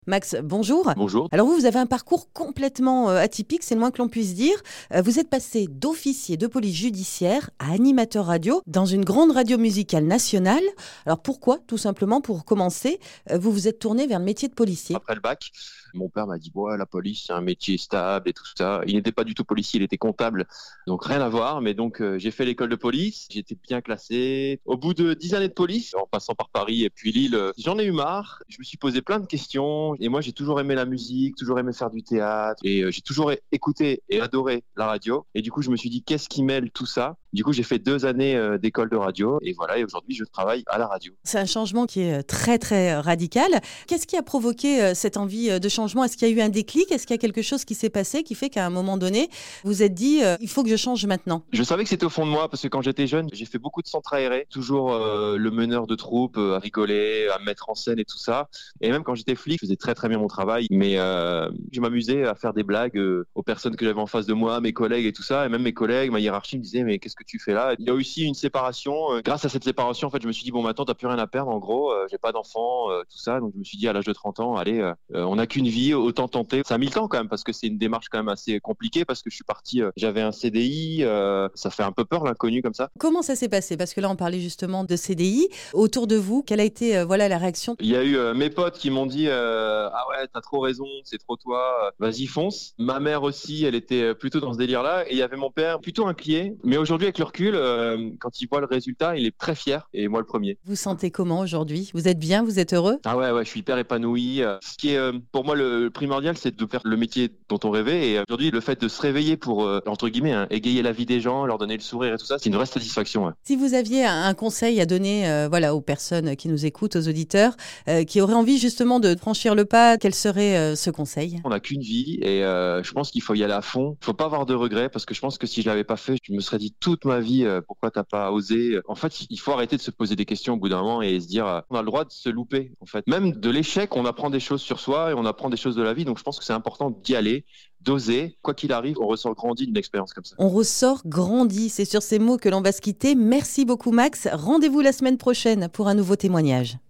Max, bonjour. Bonjour. Alors vous avez un parcours complètement atypique, c'est le moins que l'on puisse dire. Vous êtes passé d'officier de police judiciaire à animateur radio dans une grande radio musicale nationale. Alors pourquoi? Tout simplement pour commencer, vous vous êtes tourné vers le métier de policier. Après le bac, mon père m'a dit ouais, la police c'est un métier stable et tout ça. Il n'était pas du tout policier, il était comptable, donc rien à voir. Mais donc j'ai fait l'école de police, j'étais bien classé. Au bout de 10 années de police, en passant par Paris et puis Lille, j'en ai eu marre. Je me suis posé plein de questions et moi j'ai toujours aimé la musique, toujours aimé faire du théâtre et j'ai toujours écouté et adoré la radio. Et du coup je me suis dit qu'est-ce qui mêle tout ça? Du coup j'ai fait 2 années d'école de radio et voilà. Et aujourd'hui je travaille à la radio. C'est un changement qui est très très radical. Qu'est-ce qui a provoqué cette envie de changement? Est-ce qu'il y a eu un déclic? Est-ce qu'il y a quelque chose qui s'est passé qui fait qu'à un moment donné, vous vous êtes dit il faut que je change maintenant? Je savais que c'était au fond de moi parce que quand j'étais jeune, j'ai fait beaucoup de centres aérés, toujours le meneur de troupe, à rigoler, à me mettre en scène et tout ça. Et même quand j'étais flic, je faisais très très bien mon travail, mais je m'amusais à faire des blagues aux personnes que j'avais en face de moi, mes collègues et tout ça. Et même mes collègues, ma hiérarchie me disait mais qu'est-ce que tu fais là? Il y a aussi une séparation. Grâce à cette séparation, en fait, je me suis dit bon maintenant t'as plus rien à perdre. En gros, j'ai pas d'enfant, tout ça. Donc je me suis dit à l'âge de 30 ans, allez, on n'a qu'une vie, autant tenter. Ça a mis le temps quand même parce que c'est une démarche quand même assez compliquée parce que je suis parti, j'avais un CDI, ça fait un peu peur l'inconnu comme ça. Comment ça s'est passé? Parce que là, on parlait justement de CDI. Autour de vous, quelle a été la réaction? Il y a eu mes potes qui m'ont dit ah ouais t'as trop raison, c'est trop toi, vas-y fonce. Ma mère aussi, elle était plutôt dans ce délire-là et il y avait mon père plutôt inquiet. Mais aujourd'hui avec le recul, quand il voit le résultat, il est très fier et moi le premier. Vous sentez comment aujourd'hui? Vous êtes bien? Vous êtes heureux? Ah ouais, je suis hyper épanoui. Ce qui est pour moi le primordial, c'est de faire le métier dont on rêvait. Et aujourd'hui, le fait de se réveiller pour, entre guillemets, égayer la vie des gens, leur donner le sourire et tout ça, c'est une vraie satisfaction. Ouais. Si vous aviez un conseil à donner aux personnes qui nous écoutent, aux auditeurs, qui auraient envie justement de franchir le pas, quel serait ce conseil? On n'a qu'une vie et je pense qu'il faut y aller à fond. Il faut pas avoir de regrets parce que je pense que si je l'avais pas fait, je me serais dit toute ma vie pourquoi t'as pas osé. En fait, il faut arrêter de se poser des questions au bout d'un moment et se dire on a le droit de se louper. En fait, même de l'échec, on apprend des choses sur soi et on apprend des choses de la vie. Donc je pense que c'est important d'y aller, d'oser. Quoi qu'il arrive, on ressort grandi d'une expérience comme ça. On ressort grandi, c'est sur ces mots que l'on va se quitter. Merci beaucoup Max. Rendez-vous la semaine prochaine pour un nouveau témoignage.